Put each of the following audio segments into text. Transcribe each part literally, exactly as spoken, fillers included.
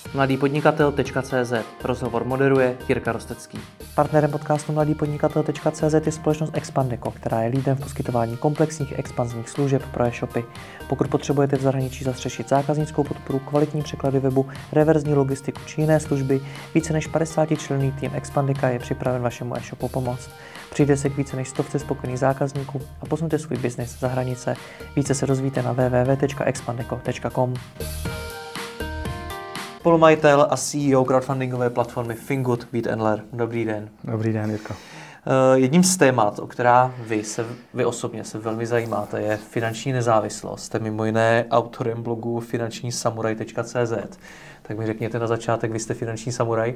mladý podnikatel tečka cé zet. Rozhovor moderuje Jirka Rostecký. Partnerem podcastu mladý podnikatel tečka cé zet je společnost Expandeco, která je lídrem v poskytování komplexních expanzních služeb pro e-shopy. Pokud potřebujete v zahraničí zastřešit zákaznickou podporu, kvalitní překlady webu, reverzní logistiku či jiné služby, více než padesátičlenný tým Expandeca je připraven vašemu e-shopu pomoct. Přijde se k více než stovce spokojených zákazníků a posuňte svůj biznis za hranice. Více se dozvíte na w w w tečka expandeco tečka com. Spolumajitel a C E O crowdfundingové platformy Fingood, Vít Endler. Dobrý den. Dobrý den, Jirko. Jedním z témat, o která vy, se, vy osobně se velmi zajímáte, je finanční nezávislost. Jste mimo jiné autorem blogu finanční samuraj tečka cé zet. Tak mi řekněte na začátek, vy jste finanční samuraj?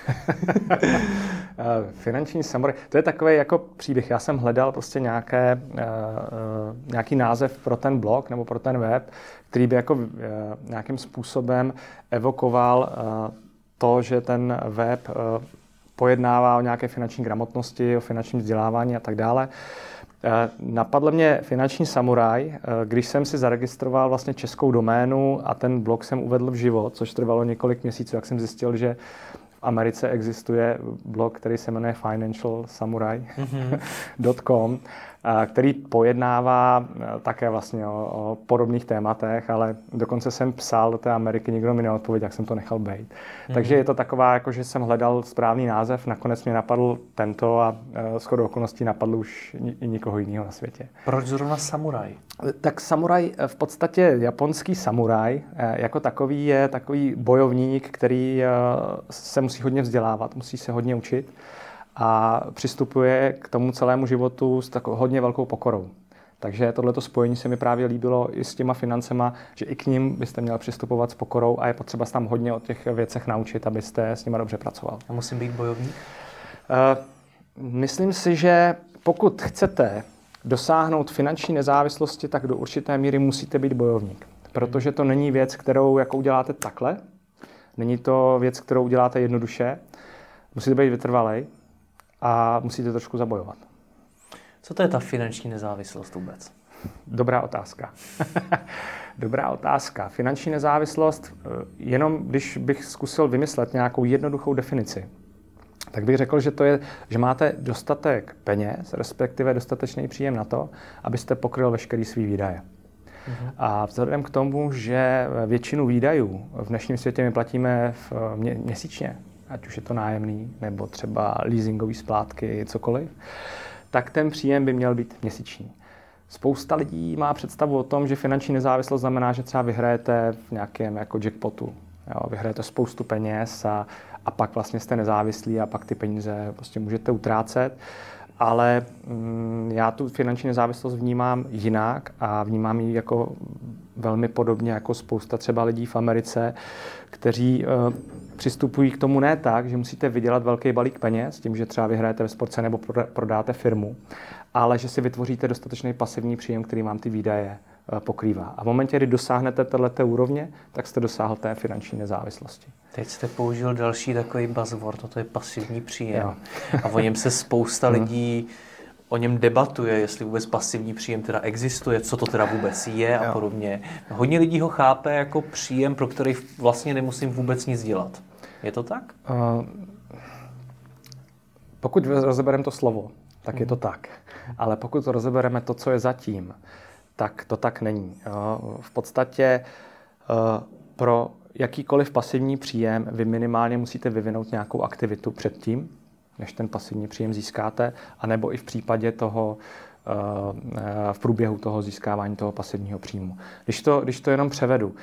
Finanční samuraj, to je takový jako příběh. Já jsem hledal prostě nějaké, uh, uh, nějaký název pro ten blog nebo pro ten web, který by jako uh, nějakým způsobem evokoval uh, to, že ten web uh, pojednává o nějaké finanční gramotnosti, o finančním vzdělávání a tak dále. Napadl mě finanční samuraj, když jsem si zaregistroval vlastně českou doménu a ten blog jsem uvedl v život, což trvalo několik měsíců, jak jsem zjistil, že v Americe existuje blog, který se jmenuje financial samurai tečka com, který pojednává také vlastně o, o podobných tématech, ale dokonce jsem psal do té Ameriky, nikdo mi neodpověděl, jak jsem to nechal být. Mm-hmm. Takže je to taková, jako že jsem hledal správný název, nakonec mě napadl tento a shodou okolností napadl už i nikoho jiného na světě. Proč zrovna samuraj? Tak samuraj, v podstatě japonský samuraj jako takový je takový bojovník, který se musí hodně vzdělávat, musí se hodně učit a přistupuje k tomu celému životu s takovou hodně velkou pokorou. Takže tohleto spojení se mi právě líbilo i s těma financema, že i k nim byste měl přistupovat s pokorou a je potřeba se tam hodně o těch věcech naučit, abyste s nimi dobře pracoval. A musím být bojovník? Uh, myslím si, že pokud chcete dosáhnout finanční nezávislosti, tak do určité míry musíte být bojovník. Protože to není věc, kterou jako uděláte takhle. Není to věc, kterou uděláte jednoduše. Musíte být vytrvalej a musíte trošku zabojovat. Co to je ta finanční nezávislost vůbec? Dobrá otázka. Dobrá otázka. Finanční nezávislost, jenom když bych zkusil vymyslet nějakou jednoduchou definici, tak bych řekl, že to je, že máte dostatek peněz, respektive dostatečný příjem na to, abyste pokryl veškerý svý výdaje. Mm-hmm. A vzhledem k tomu, že většinu výdajů v dnešním světě my platíme v mě, měsíčně, ať už je to nájemný, nebo třeba leasingový splátky, cokoliv, tak ten příjem by měl být měsíční. Spousta lidí má představu o tom, že finanční nezávislost znamená, že třeba vyhrajete v nějakém jako jackpotu. Jo, vyhrajete spoustu peněz a, a pak vlastně jste nezávislí a pak ty peníze prostě můžete utrácet. Ale mm, já tu finanční nezávislost vnímám jinak a vnímám ji jako velmi podobně jako spousta třeba lidí v Americe, kteří uh, přistupují k tomu ne tak, že musíte vydělat velký balík peněz, tím, že třeba vyhrajete ve sportce nebo prodáte firmu, ale že si vytvoříte dostatečný pasivní příjem, který vám ty výdaje uh, pokrývá. A v momentě, kdy dosáhnete této úrovně, tak jste dosáhl té finanční nezávislosti. Teď jste použil další takový buzzword, to je pasivní příjem. Jo. A o něm se spousta lidí o něm debatuje, jestli vůbec pasivní příjem teda existuje, co to teda vůbec je a jo. podobně. Hodně lidí ho chápe jako příjem, pro který vlastně nemusím vůbec nic dělat. Je to tak? Uh, pokud rozebereme to slovo, tak mm. je to tak. Ale pokud rozebereme to, co je zatím, tak to tak není. Uh, v podstatě uh, pro jakýkoliv pasivní příjem vy minimálně musíte vyvinout nějakou aktivitu předtím, než ten pasivní příjem získáte, anebo i v případě toho, v průběhu toho získávání toho pasivního příjmu. Když to, když to jenom převedu,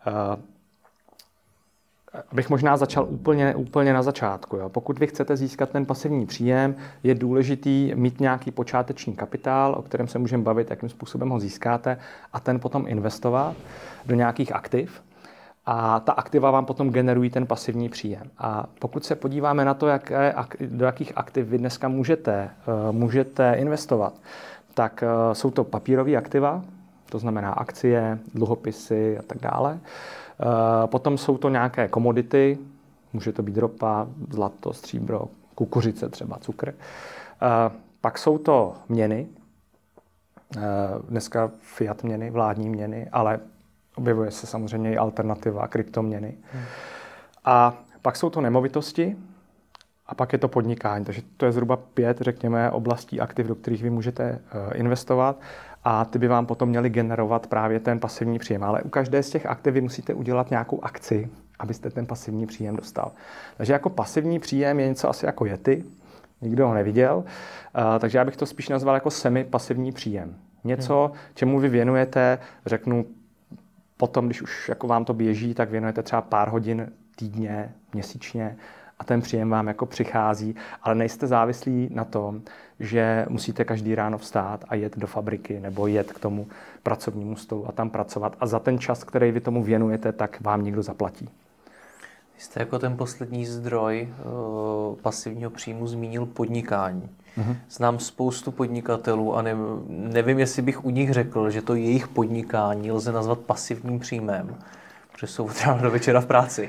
abych možná začal úplně, úplně na začátku. Jo. Pokud vy chcete získat ten pasivní příjem, je důležitý mít nějaký počáteční kapitál, o kterém se můžeme bavit, jakým způsobem ho získáte, a ten potom investovat do nějakých aktiv. A ta aktiva vám potom generují ten pasivní příjem. A pokud se podíváme na to, jaké, do jakých aktiv vy dneska můžete, můžete investovat, tak jsou to papírové aktiva, to znamená akcie, dluhopisy a tak dále. Potom jsou to nějaké komodity, může to být ropa, zlato, stříbro, kukuřice třeba, cukr. Pak jsou to měny, dneska fiat měny, vládní měny, ale objevuje se samozřejmě i alternativa, kryptoměny. Hmm. A pak jsou to nemovitosti a pak je to podnikání. Takže to je zhruba pět, řekněme, oblastí aktiv, do kterých vy můžete investovat a ty by vám potom měly generovat právě ten pasivní příjem. Ale u každé z těch aktiv vy musíte udělat nějakou akci, abyste ten pasivní příjem dostal. Takže jako pasivní příjem je něco asi jako Yeti, nikdo ho neviděl, takže já bych to spíš nazval jako semi-pasivní příjem. Něco, čemu vy věnujete, řeknu, potom, když už jako vám to běží, tak věnujete třeba pár hodin týdně, měsíčně a ten příjem vám jako přichází, ale nejste závislí na tom, že musíte každý ráno vstát a jet do fabriky nebo jet k tomu pracovnímu stolu a tam pracovat a za ten čas, který vy tomu věnujete, tak vám někdo zaplatí. Jste jako ten poslední zdroj uh, pasivního příjmu zmínil podnikání. Mm-hmm. Znám spoustu podnikatelů a ne, nevím, jestli bych u nich řekl, že to jejich podnikání lze nazvat pasivním příjmem, protože jsou třeba do večera v práci.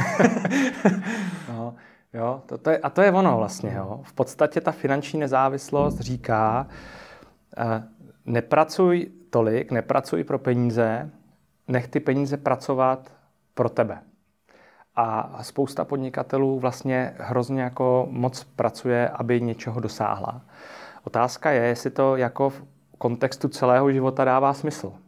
no, jo, to, to je, a to je ono vlastně. Jo. V podstatě ta finanční nezávislost říká, eh, nepracuj tolik, nepracuj pro peníze, nech ty peníze pracovat pro tebe. A spousta podnikatelů vlastně hrozně jako moc pracuje, aby něčeho dosáhla. Otázka je, jestli to jako v kontextu celého života dává smysl. Uh,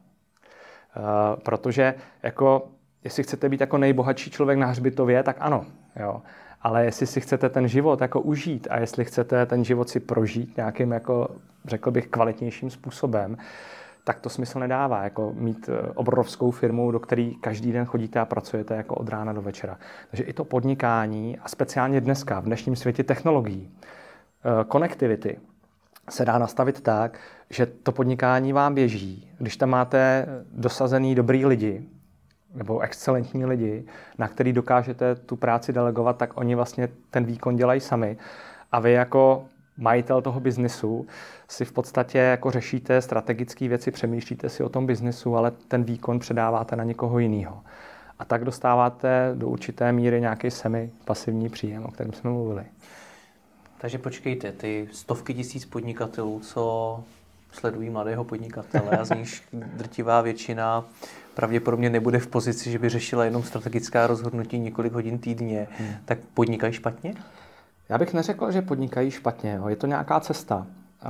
protože jako, jestli chcete být jako nejbohatší člověk na hřbitově, tak ano. Jo. Ale jestli si chcete ten život jako užít a jestli chcete ten život si prožít nějakým, jako, řekl bych, kvalitnějším způsobem, tak to smysl nedává, jako mít obrovskou firmu, do které každý den chodíte a pracujete jako od rána do večera. Takže i to podnikání a speciálně dneska, v dnešním světě technologií, konektivity, se dá nastavit tak, že to podnikání vám běží. Když tam máte dosazený dobrý lidi, nebo excelentní lidi, na který dokážete tu práci delegovat, tak oni vlastně ten výkon dělají sami. A vy jako majitel toho biznisu si v podstatě jako řešíte strategické věci, přemýšlíte si o tom biznisu, ale ten výkon předáváte na někoho jiného. A tak dostáváte do určité míry nějaký semi-pasivní příjem, o kterém jsme mluvili. Takže počkejte, ty stovky tisíc podnikatelů, co sledují mladého podnikatele a z nich drtivá většina pravděpodobně nebude v pozici, že by řešila jenom strategická rozhodnutí několik hodin týdně, hmm. tak podnikají špatně? Já bych neřekl, že podnikají špatně. Jo. Je to nějaká cesta.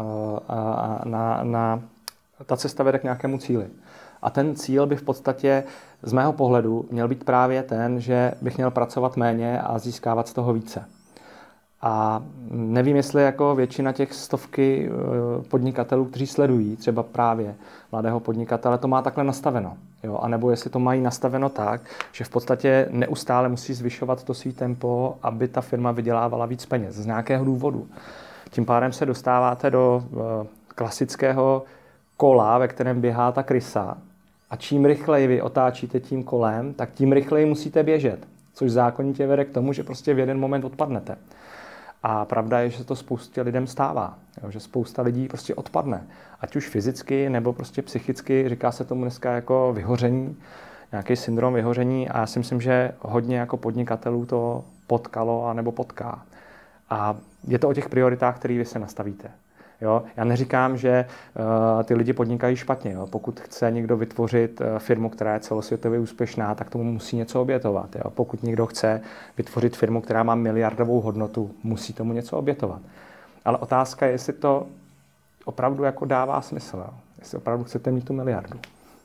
A na, na, ta cesta vede k nějakému cíli. A ten cíl by v podstatě z mého pohledu měl být právě ten, že bych měl pracovat méně a získávat z toho více. A nevím, jestli jako většina těch stovky podnikatelů, kteří sledují třeba právě mladého podnikatele, to má takhle nastaveno. Jo? A nebo jestli to mají nastaveno tak, že v podstatě neustále musí zvyšovat to svý tempo, aby ta firma vydělávala víc peněz z nějakého důvodu. Tím pádem se dostáváte do klasického kola, ve kterém běhá ta krysa. A čím rychleji vy otáčíte tím kolem, tak tím rychleji musíte běžet. Což zákonitě vede k tomu, že prostě v jeden moment odpadnete. A pravda je, že se to spoustě lidem stává. Jo, že spousta lidí prostě odpadne. Ať už fyzicky, nebo prostě psychicky. Říká se tomu dneska jako vyhoření. Nějaký syndrom vyhoření. A já si myslím, že hodně jako podnikatelů to potkalo a nebo potká. A je to o těch prioritách, které vy se nastavíte. Jo? Já neříkám, že uh, ty lidi podnikají špatně. Jo? Pokud chce někdo vytvořit uh, firmu, která je celosvětově úspěšná, tak tomu musí něco obětovat. Jo? Pokud někdo chce vytvořit firmu, která má miliardovou hodnotu, musí tomu něco obětovat. Ale otázka je, jestli to opravdu jako dává smysl. Jo? Jestli opravdu chcete mít tu miliardu.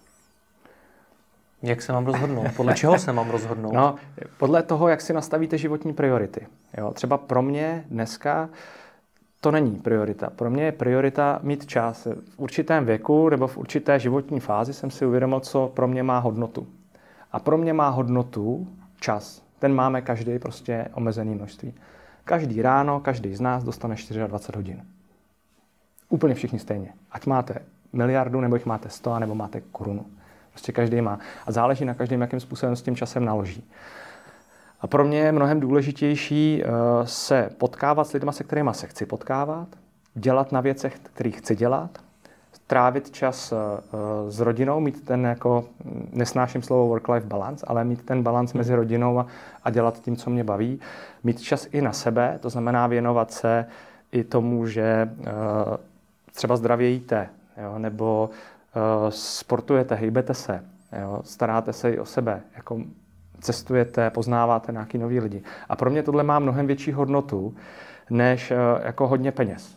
Jak se mám rozhodnout? Podle čeho se mám rozhodnout? No, podle toho, jak si nastavíte životní priority. Jo? Třeba pro mě dneska to není priorita. Pro mě je priorita mít čas. V určitém věku nebo v určité životní fázi jsem si uvědomil, co pro mě má hodnotu. A pro mě má hodnotu čas. Ten máme každý prostě omezený množství. Každý ráno, každý z nás dostane dvacet čtyři hodin. Úplně všichni stejně. Ať máte miliardu, nebo jich máte sto, nebo máte korunu. Prostě každý má. A záleží na každém, jakým způsobem s tím časem naloží. A pro mě je mnohem důležitější se potkávat s lidmi, se kterými se chci potkávat, dělat na věcech, které chci dělat, trávit čas s rodinou, mít ten, jako, nesnáším slovo work-life balance, ale mít ten balans mezi rodinou a, a dělat tím, co mě baví. Mít čas i na sebe, to znamená věnovat se i tomu, že třeba zdravě jíte, jo, nebo sportujete, hejbete se, jo, staráte se i o sebe, jako cestujete, poznáváte nějaký nový lidi. A pro mě tohle má mnohem větší hodnotu, než jako hodně peněz.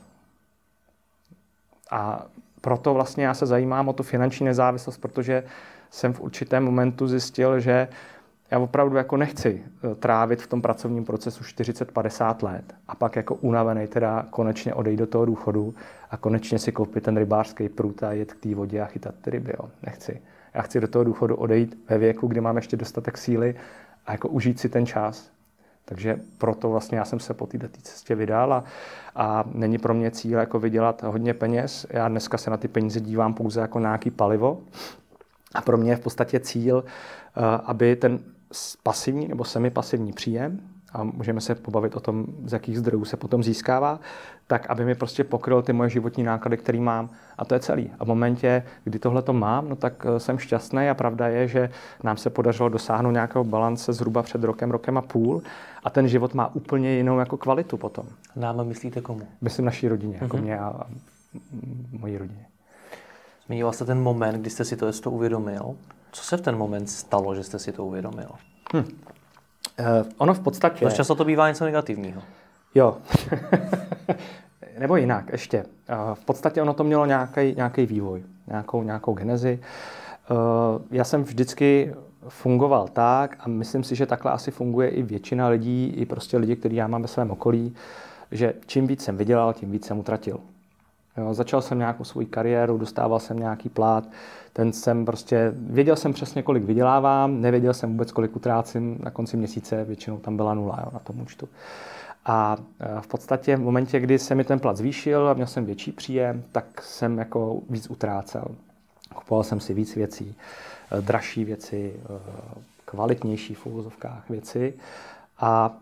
A proto vlastně já se zajímám o tu finanční nezávislost, protože jsem v určitém momentu zjistil, že já opravdu jako nechci trávit v tom pracovním procesu čtyřicet padesát let a pak jako unavený teda konečně odejít do toho důchodu a konečně si koupit ten rybářský prut a jet k té vodě a chytat ty ryby. Jo. Nechci. Já chci do toho důchodu odejít ve věku, kdy mám ještě dostatek síly a jako užít si ten čas. Takže proto vlastně já jsem se po této cestě vydal a, a není pro mě cíl jako vydělat hodně peněz. Já dneska se na ty peníze dívám pouze jako nějaký palivo a pro mě je v podstatě cíl, aby ten pasivní nebo semipasivní příjem, a můžeme se pobavit o tom, z jakých zdrojů se potom získává, tak aby mi prostě pokryl ty moje životní náklady, které mám. A to je celý. A v momentě, kdy tohle to mám, no tak jsem šťastný a pravda je, že nám se podařilo dosáhnout nějakého balance zhruba před rokem, rokem a půl a ten život má úplně jinou jako kvalitu potom. Nám myslíte komu? Myslím naší rodině, jako mm-hmm. mě a, a mojí rodině. Zmínil jste ten moment, kdy jste si to, to uvědomil. Co se v ten moment stalo, že jste si to uvědomil? Hm. Uh, ono v podstatě... Dost často to bývá něco negativního. Jo. Nebo jinak, ještě. Uh, v podstatě ono to mělo nějaký, nějaký vývoj, nějakou, nějakou genezi. Uh, já jsem vždycky fungoval tak a myslím si, že takhle asi funguje i většina lidí, i prostě lidi, kteří já mám ve svém okolí, že čím víc jsem vydělal, tím víc jsem utratil. Jo, začal jsem nějakou svou kariéru, dostával jsem nějaký plát, ten jsem prostě, věděl jsem přesně, kolik vydělávám, nevěděl jsem vůbec, kolik utrácím na konci měsíce, většinou tam byla nula, jo, na tom účtu. A v podstatě v momentě, kdy se mi ten plat zvýšil a měl jsem větší příjem, tak jsem jako víc utrácel. Kupoval jsem si víc věcí, dražší věci, kvalitnější v uvozovkách věci a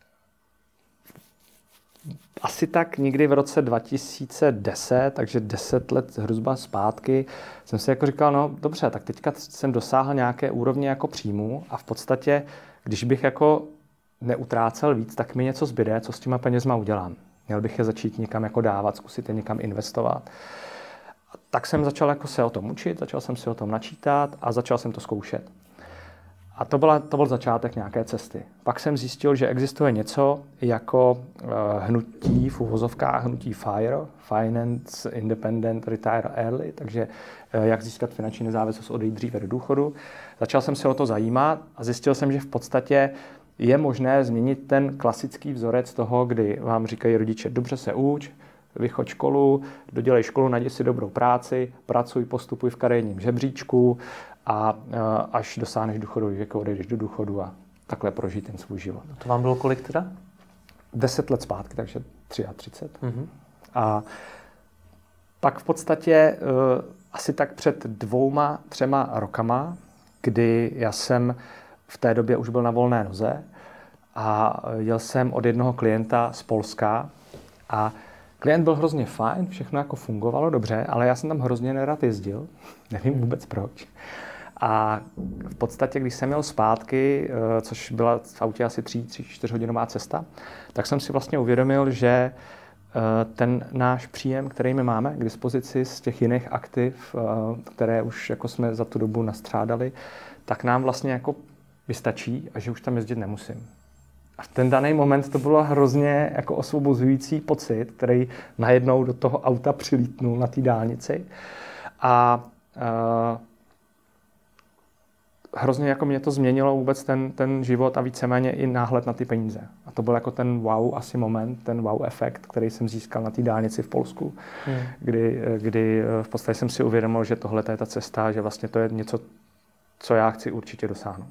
asi tak někdy v roce dva tisíce deset, takže deset let hruba zpátky, jsem si jako říkal, no dobře, tak teďka jsem dosáhl nějaké úrovně jako příjmu a v podstatě, když bych jako neutrácel víc, tak mi něco zbyde, co s těma penězma udělám. Měl bych je začít někam jako dávat, zkusit je někam investovat. A tak jsem začal jako se o tom učit, začal jsem si o tom načítat a začal jsem to zkoušet. A to, byla, to byl začátek nějaké cesty. Pak jsem zjistil, že existuje něco jako uh, hnutí, v uvozovkách hnutí FIRE, Finance Independent Retire Early, takže uh, jak získat finanční nezávislost, odejít dříve do důchodu. Začal jsem se o to zajímat a zjistil jsem, že v podstatě je možné změnit ten klasický vzorec toho, kdy vám říkají rodiče, dobře se uč, vychoď školu, dodělej školu, najdi si dobrou práci, pracuj, postupuj v kariérním žebříčku, a až dosáhneš důchodu, jako odejdeš do důchodu a takhle prožít ten svůj život. To vám bylo kolik teda? Deset let zpátky, takže třicet tři. Mm-hmm. A pak v podstatě uh, asi tak před dvouma, třema rokama, kdy já jsem v té době už byl na volné noze a jel jsem od jednoho klienta z Polska a klient byl hrozně fajn, všechno jako fungovalo dobře, ale já jsem tam hrozně nerad jezdil, nevím vůbec proč. A v podstatě, když jsem jel zpátky, což byla v autě asi tři, tři, čtyřhodinová cesta, tak jsem si vlastně uvědomil, že ten náš příjem, který my máme k dispozici z těch jiných aktiv, které už jako jsme za tu dobu nastřádali, tak nám vlastně jako vystačí a že už tam jezdit nemusím. A v ten daný moment to bylo hrozně jako osvobozující pocit, který najednou do toho auta přilítnul na té dálnici. A uh, hrozně jako mě to změnilo vůbec ten, ten život a víceméně i náhled na ty peníze. A to byl jako ten wow asi moment, ten wow efekt, který jsem získal na té dálnici v Polsku, hmm. kdy, kdy v podstatě jsem si uvědomil, že tohle je ta cesta, že vlastně to je něco, co já chci určitě dosáhnout.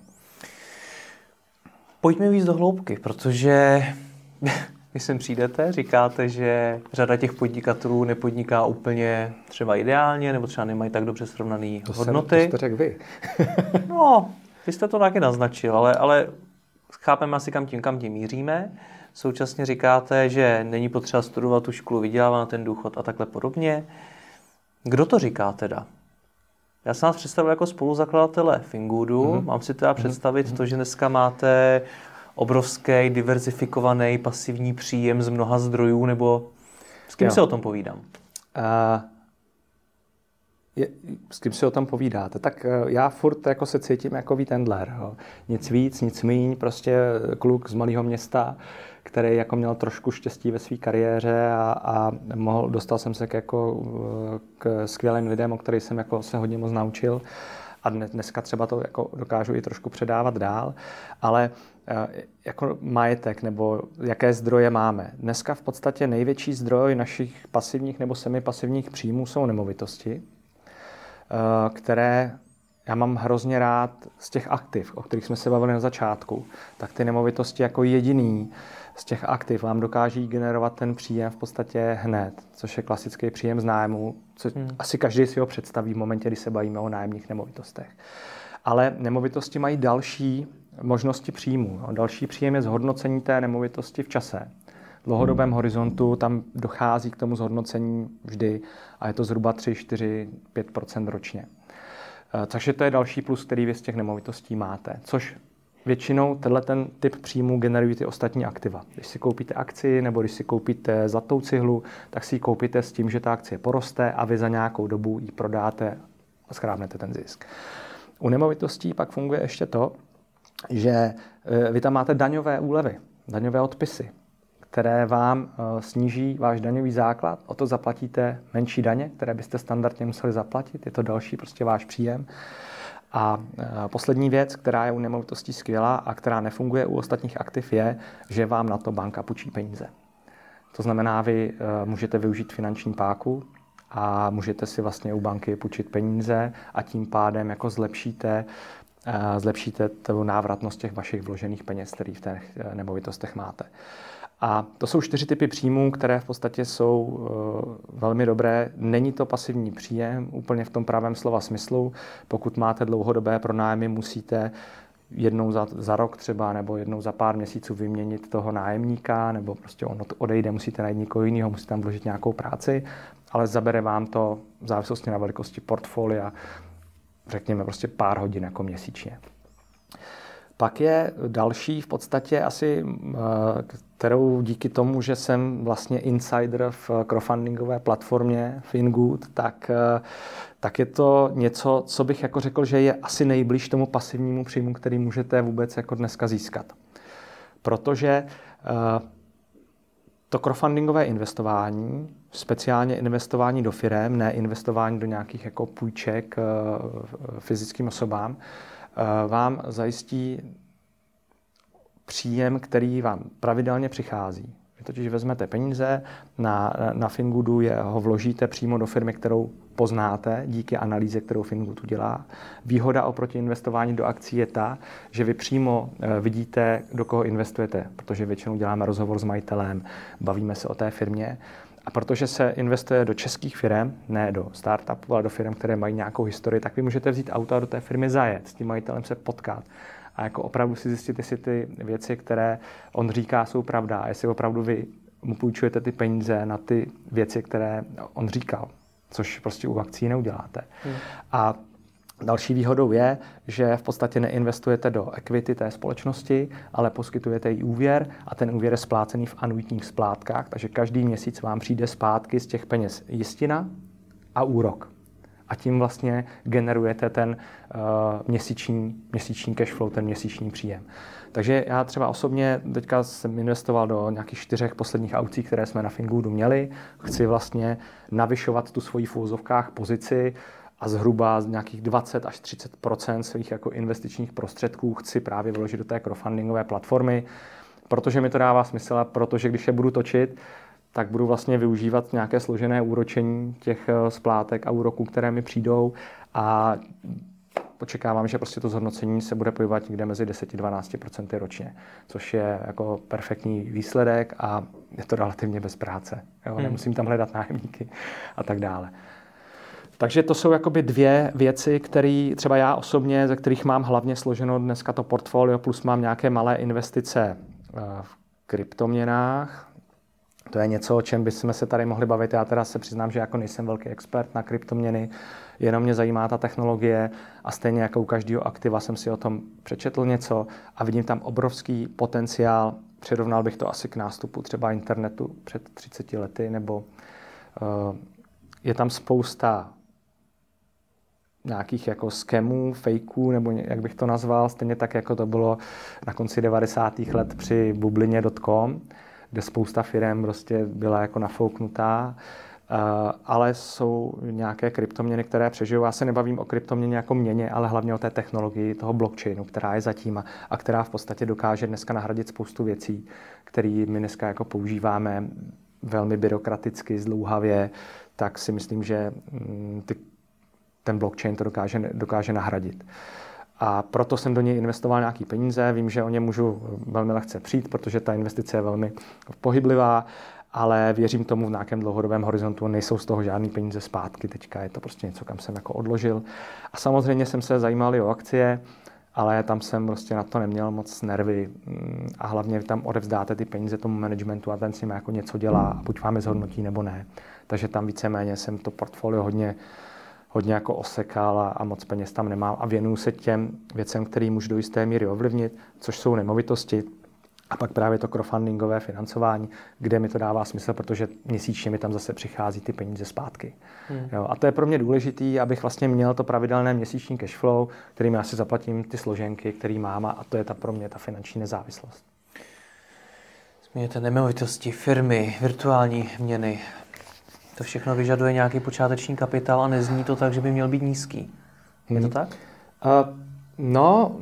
Pojďme víc do hloubky, protože když sem přijdete, říkáte, že řada těch podnikatelů nepodniká úplně třeba ideálně, nebo třeba nemají tak dobře srovnané hodnoty. To jste řekl vy. No, vy jste to taky naznačil, ale, ale chápeme asi, kam tím, kam tím míříme. Současně říkáte, že není potřeba studovat tu školu, vydělávat na ten důchod a takhle podobně. Kdo to říká teda? Já jsem vás představil jako spoluzakladatele Fingoodu. Mm-hmm. Mám si teda představit mm-hmm. to, že dneska máte obrovský, diverzifikovaný pasivní příjem z mnoha zdrojů, nebo s kým jo. se o tom povídám? Uh, je, s kým si o tom povídáte, tak já furt jako se cítím jako Vít Endler. Jo. Nic víc, nic míň, prostě kluk z malého města, který jako měl trošku štěstí ve své kariéře a, a mohl, dostal jsem se k, jako, k skvělým lidem, o kterých jsem jako se hodně moc naučil. A dneska třeba to jako dokážu i trošku předávat dál, ale jako majetek nebo jaké zdroje máme. Dneska v podstatě největší zdroj našich pasivních nebo semipasivních příjmů jsou nemovitosti, které já mám hrozně rád z těch aktiv, o kterých jsme se bavili na začátku. Tak ty nemovitosti jako jediný z těch aktiv vám dokáží generovat ten příjem v podstatě hned, což je klasický příjem z nájmu, co hmm. asi každý si ho představí v momentě, kdy se bavíme o nájemních nemovitostech. Ale nemovitosti mají další možnosti příjmu. Další příjem je zhodnocení té nemovitosti v čase. V dlouhodobém hmm. horizontu tam dochází k tomu zhodnocení vždy a je to zhruba tři, čtyři, pět procent ročně. Takže to je další plus, který vy z těch nemovitostí máte, což většinou tenhle ten typ příjmu generují ty ostatní aktiva. Když si koupíte akci nebo když si koupíte zlatou cihlu, tak si ji koupíte s tím, že ta akcie poroste a vy za nějakou dobu ji prodáte a schrábnete ten zisk. U nemovitostí pak funguje ještě to, že vy tam máte daňové úlevy, daňové odpisy, které vám sníží váš daňový základ, o to zaplatíte menší daně, které byste standardně museli zaplatit, je to další prostě váš příjem. A poslední věc, která je u nemovitostí skvělá a která nefunguje u ostatních aktiv, je, že vám na to banka půjčí peníze. To znamená, vy můžete využít finanční páku a můžete si vlastně u banky půjčit peníze a tím pádem jako zlepšíte, zlepšíte tu návratnost těch vašich vložených peněz, které v těch nemovitostech máte. A to jsou čtyři typy příjmů, které v podstatě jsou uh, velmi dobré. Není to pasivní příjem úplně v tom pravém slova smyslu. Pokud máte dlouhodobé pronájmy, musíte jednou za, za rok třeba nebo jednou za pár měsíců vyměnit toho nájemníka, nebo prostě on odejde, musíte najít někoho jiného, musíte tam vložit nějakou práci, ale zabere vám to v závislosti na velikosti portfolia, řekněme prostě pár hodin jako měsíčně. Pak je další v podstatě asi, kterou díky tomu, že jsem vlastně insider v crowdfundingové platformě Fingood, tak, tak je to něco, co bych jako řekl, že je asi nejblíž tomu pasivnímu příjmu, který můžete vůbec jako dneska získat. Protože to crowdfundingové investování, speciálně investování do firem, ne investování do nějakých jako půjček fyzickým osobám, vám zajistí příjem, který vám pravidelně přichází. Vy totiž vezmete peníze, na, na Fingoodu je, ho vložíte přímo do firmy, kterou poznáte díky analýze, kterou Fingood udělá. Výhoda oproti investování do akcí je ta, že vy přímo vidíte, do koho investujete, protože většinou děláme rozhovor s majitelem, bavíme se o té firmě. A protože se investuje do českých firm, ne do startupů, ale do firm, které mají nějakou historii, tak vy můžete vzít auto a do té firmy zajet, s tím majitelem se potkat a jako opravdu si zjistit, jestli ty věci, které on říká, jsou pravda a jestli opravdu vy mu půjčujete ty peníze na ty věci, které on říkal, což prostě u akcí neuděláte. Hmm. A další výhodou je, že v podstatě neinvestujete do equity té společnosti, ale poskytujete jí úvěr a ten úvěr je splácený v anuitních splátkách, takže každý měsíc vám přijde zpátky z těch peněz jistina a úrok. A tím vlastně generujete ten uh, měsíční, měsíční cash flow, ten měsíční příjem. Takže já třeba osobně teďka jsem investoval do nějakých čtyřech posledních aukcí, které jsme na Fingoodu měli. Chci vlastně navyšovat tu svoji v úvozovkách pozici a zhruba z nějakých dvacet až třicet procent svých jako investičních prostředků chci právě vložit do té crowdfundingové platformy, protože mi to dává smysl a protože když je budu točit, tak budu vlastně využívat nějaké složené úročení těch splátek a úroků, které mi přijdou a očekávám, že prostě to zhodnocení se bude pohybovat někde mezi deset až dvanáct procent ročně, což je jako perfektní výsledek a je to relativně bez práce. Jo? Hmm. Nemusím tam hledat nájemníky a tak dále. Takže to jsou jakoby dvě věci, které třeba já osobně, ze kterých mám hlavně složeno dneska to portfolio, plus mám nějaké malé investice v kryptoměnách. To je něco, o čem bychom se tady mohli bavit. Já teda se přiznám, že jako nejsem velký expert na kryptoměny, jenom mě zajímá ta technologie a stejně jako u každého aktiva jsem si o tom přečetl něco a vidím tam obrovský potenciál. Přirovnal bych to asi k nástupu třeba internetu před třiceti lety, nebo uh, je tam spousta nějakých jako skemů, fejků, nebo jak bych to nazval, stejně tak, jako to bylo na konci devadesátých let při bublině tečka com, kde spousta firem prostě byla jako nafouknutá, ale jsou nějaké kryptoměny, které přežijou. Já se nebavím o kryptoměně jako měně, ale hlavně o té technologii toho blockchainu, která je zatím a která v podstatě dokáže dneska nahradit spoustu věcí, které my dneska jako používáme velmi byrokraticky, zdlouhavě, tak si myslím, že ty, ten blockchain to dokáže, dokáže nahradit. A proto jsem do něj investoval nějaký peníze. Vím, že o ně můžu velmi lehce přijít, protože ta investice je velmi pohyblivá, ale věřím tomu v nějakém dlouhodobém horizontu. Nejsou z toho žádný peníze zpátky teďka. Je to prostě něco, kam jsem jako odložil. A samozřejmě jsem se zajímal i o akcie, ale tam jsem prostě na to neměl moc nervy. A hlavně tam odevzdáte ty peníze tomu managementu a ten s nimi jako něco dělá a buď vám je zhodnotí nebo ne. Takže tam víceméně jsem to portfolio hodně hodně jako osekal a, a moc peněz tam nemám a věnuju se těm věcem, které můžu do jisté míry ovlivnit, což jsou nemovitosti a pak právě to crowdfundingové financování, kde mi to dává smysl, protože měsíčně mi tam zase přichází ty peníze zpátky. Hmm. Jo, a to je pro mě důležitý, abych vlastně měl to pravidelné měsíční cash flow, kterým já si zaplatím ty složenky, které mám a to je ta pro mě ta finanční nezávislost. Zmíněte nemovitosti, firmy, virtuální měny. To všechno vyžaduje nějaký počáteční kapitál a nezní to tak, že by měl být nízký. Je to hmm. tak? Uh, no,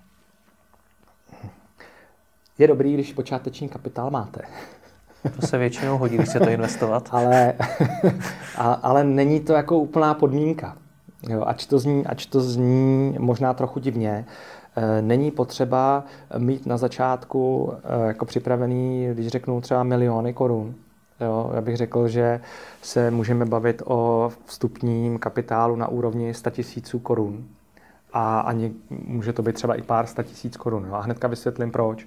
je dobrý, když počáteční kapitál máte. To se většinou hodí, když chcete investovat. ale, a, ale není to jako úplná podmínka. Jo, ač to zní, ač to zní možná trochu divně, e, není potřeba mít na začátku e, jako připravený, když řeknu třeba miliony korun. Jo, já bych řekl, že se můžeme bavit o vstupním kapitálu na úrovni sto tisíců korun. A ani může to být třeba i pár sta tisíc korun. Jo. A hnedka vysvětlím proč.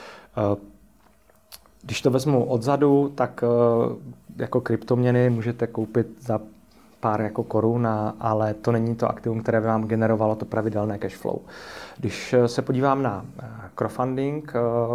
Když to vezmu odzadu, tak jako kryptoměny můžete koupit za pár jako korun, ale to není to aktivum, které by vám generovalo to pravidelné cash flow. Když se podívám na crowdfunding,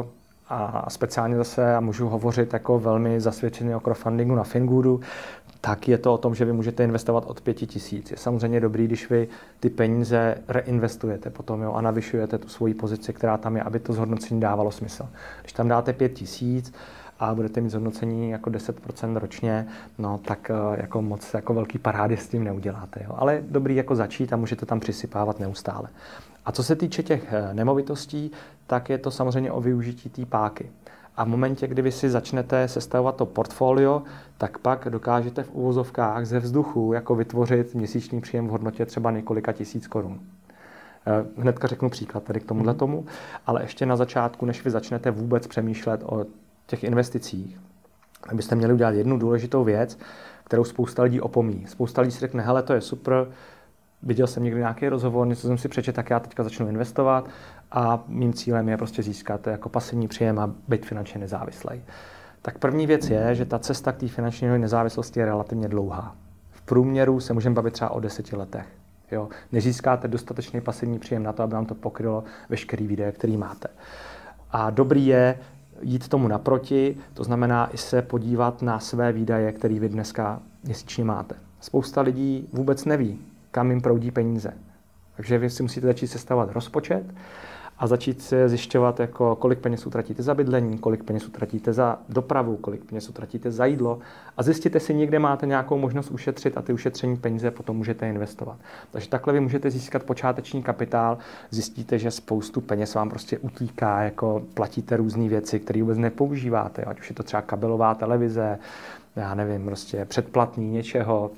a speciálně zase, a můžu hovořit jako velmi zasvědčený o crowdfundingu na Fingoodu, tak je to o tom, že vy můžete investovat od pěti tisíc. Je samozřejmě dobrý, když vy ty peníze reinvestujete potom, jo, a navyšujete tu svoji pozici, která tam je, aby to zhodnocení dávalo smysl. Když tam dáte pět tisíc a budete mít zhodnocení jako deset procent ročně, no tak jako moc jako velký parády s tím neuděláte. Jo. Ale dobrý jako začít a můžete tam přisypávat neustále. A co se týče těch nemovitostí, tak je to samozřejmě o využití té páky. A v momentě, kdy vy si začnete sestavovat to portfolio, tak pak dokážete v uvozovkách ze vzduchu jako vytvořit měsíční příjem v hodnotě třeba několika tisíc korun. Hnedka řeknu příklad tady k tomuhle tomu, ale ještě na začátku, než vy začnete vůbec přemýšlet o těch investicích, byste měli udělat jednu důležitou věc, kterou spousta lidí opomíjí. Spousta lidí si řekne, hele, to je super, viděl jsem někdy nějaký rozhovor, něco jsem si přečetl, tak já teďka začnu investovat a mým cílem je prostě získat jako pasivní příjem a být finančně nezávislý. Tak první věc je, že ta cesta k té finanční nezávislosti je relativně dlouhá. V průměru se můžeme bavit třeba o deseti letech. Jo? Nezískáte dostatečný pasivní příjem na to, aby vám to pokrylo veškerý výdaje, který máte. A dobrý je jít tomu naproti, to znamená i se podívat na své výdaje, které vy dneska měsíčně máte. Spousta lidí vůbec neví, kam jim proudí peníze. Takže vy si musíte začít sestavovat rozpočet a začít si zjišťovat, jako, kolik peněz utratíte za bydlení, kolik peněz utratíte za dopravu, kolik peněz utratíte za jídlo a zjistíte si, někde máte nějakou možnost ušetřit a ty ušetření peníze potom můžete investovat. Takže takhle vy můžete získat počáteční kapitál, zjistíte, že spoustu peněz vám prostě utíká, jako platíte různé věci, které vůbec nepoužíváte, ať už je to třeba kabelová televize, já nevím, prostě předplatný něčeho,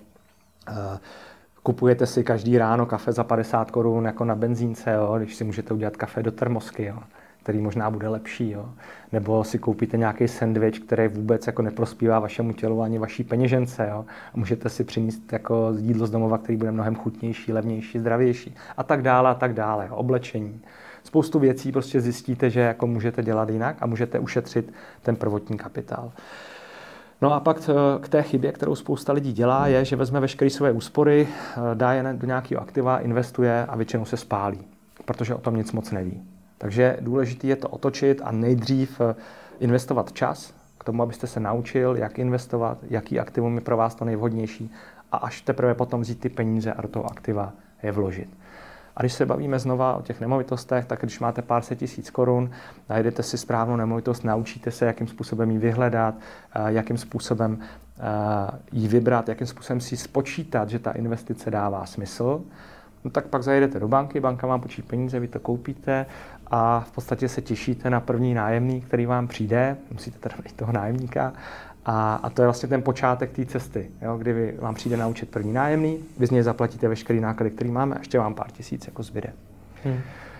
kupujete si každý ráno kafe za padesát korun jako na benzínce, jo, když si můžete udělat kafe do termosky, jo, který možná bude lepší. Jo. Nebo si koupíte nějaký sendvič, který vůbec jako neprospívá vašemu tělu ani vaší peněžence. Jo. A můžete si přinést jako jídlo z domova, který bude mnohem chutnější, levnější, zdravější. A tak dále, a tak dále. Jo. Oblečení. Spoustu věcí prostě zjistíte, že jako můžete dělat jinak a můžete ušetřit ten prvotní kapitál. No a pak k té chybě, kterou spousta lidí dělá, je, že vezme veškeré své úspory, dá je do nějakého aktiva, investuje a většinou se spálí, protože o tom nic moc neví. Takže důležité je to otočit a nejdřív investovat čas k tomu, abyste se naučil, jak investovat, jaký aktivum je pro vás to nejvhodnější a až teprve potom vzít ty peníze a do toho aktiva je vložit. A když se bavíme znova o těch nemovitostech, tak když máte pár set tisíc korun, najdete si správnou nemovitost, naučíte se, jakým způsobem ji vyhledat, jakým způsobem ji vybrat, jakým způsobem si spočítat, že ta investice dává smysl, no tak pak zajedete do banky, banka vám půjčí peníze, vy to koupíte a v podstatě se těšíte na první nájemný, který vám přijde, musíte teda najít toho nájemníka, a, a to je vlastně ten počátek té cesty, jo, kdy vy, vám přijde naučit první nájemný, vy z něj zaplatíte veškerý náklady, který máme, a ještě vám pár tisíc jako zbyde. Hmm. Uh,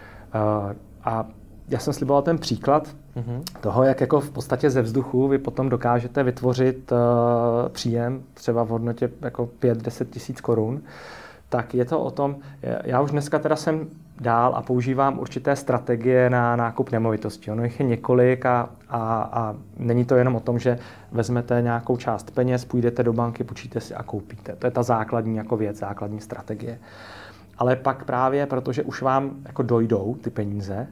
a já jsem sliboval ten příklad hmm. toho, jak jako v podstatě ze vzduchu vy potom dokážete vytvořit uh, příjem třeba v hodnotě jako pět deset tisíc korun, tak je to o tom, já už dneska teda jsem dál a používám určité strategie na nákup nemovitostí. Ono jich je několik a, a, a není to jenom o tom, že vezmete nějakou část peněz, půjdete do banky, půjčíte si a koupíte. To je ta základní jako věc, základní strategie. Ale pak právě, protože už vám jako dojdou ty peníze,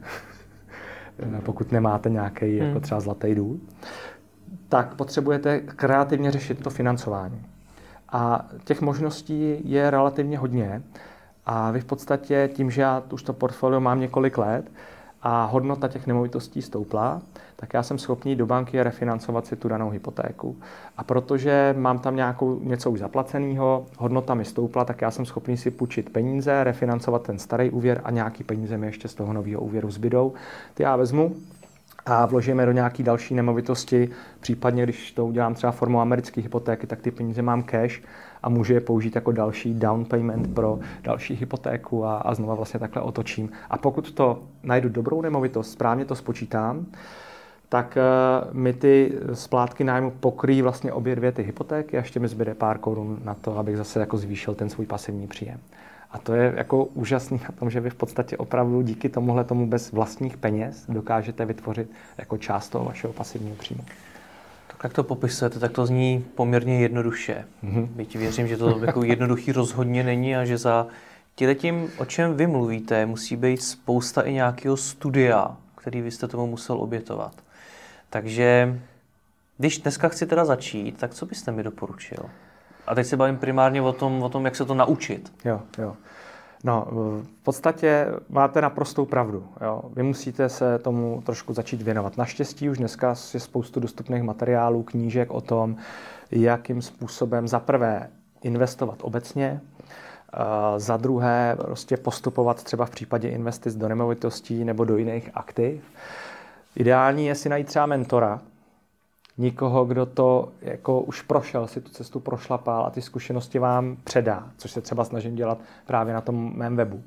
pokud nemáte nějaký jako třeba zlatý důl, tak potřebujete kreativně řešit to financování. A těch možností je relativně hodně a vy v podstatě tím, že já už to portfolio mám několik let a hodnota těch nemovitostí stoupla, tak já jsem schopný do banky refinancovat si tu danou hypotéku. A protože mám tam nějakou, něco už zaplaceného, hodnota mi stoupla, tak já jsem schopný si půjčit peníze, refinancovat ten starý úvěr a nějaký peníze mi ještě z toho nového úvěru zbydou. Ty já vezmu a vložíme do nějaké další nemovitosti, případně když to udělám třeba formou americké hypotéky, tak ty peníze mám cash a můžu je použít jako další down payment pro další hypotéku a, a znova vlastně takhle otočím. A pokud to najdu dobrou nemovitost, správně to spočítám, tak uh, mi ty splátky nájmu pokryjí vlastně obě dvě ty hypotéky a ještě mi zbyde pár korun na to, abych zase jako zvýšil ten svůj pasivní příjem. A to je jako úžasný na tom, že vy v podstatě opravdu díky tomuhle tomu bez vlastních peněz dokážete vytvořit jako část toho vašeho pasivního příjmu. Tak jak to popisujete, tak to zní poměrně jednoduše. Mm-hmm. Byť věřím, že to jako jednoduchý rozhodně není a že za tím, o čem vy mluvíte, musí být spousta i nějakého studia, který vy jste tomu musel obětovat. Takže když dneska chci teda začít, tak co byste mi doporučil? A teď se bavím primárně o tom, o tom, jak se to naučit. Jo, jo. No, v podstatě máte naprostou pravdu. Jo. Vy musíte se tomu trošku začít věnovat. Naštěstí už dneska je spoustu dostupných materiálů, knížek o tom, jakým způsobem za prvé investovat obecně, za druhé prostě postupovat třeba v případě investic do nemovitostí nebo do jiných aktiv. Ideální je si najít třeba mentora, nikoho, kdo to jako už prošel, si tu cestu prošlapal a ty zkušenosti vám předá, což se třeba snažím dělat právě na tom mém webu.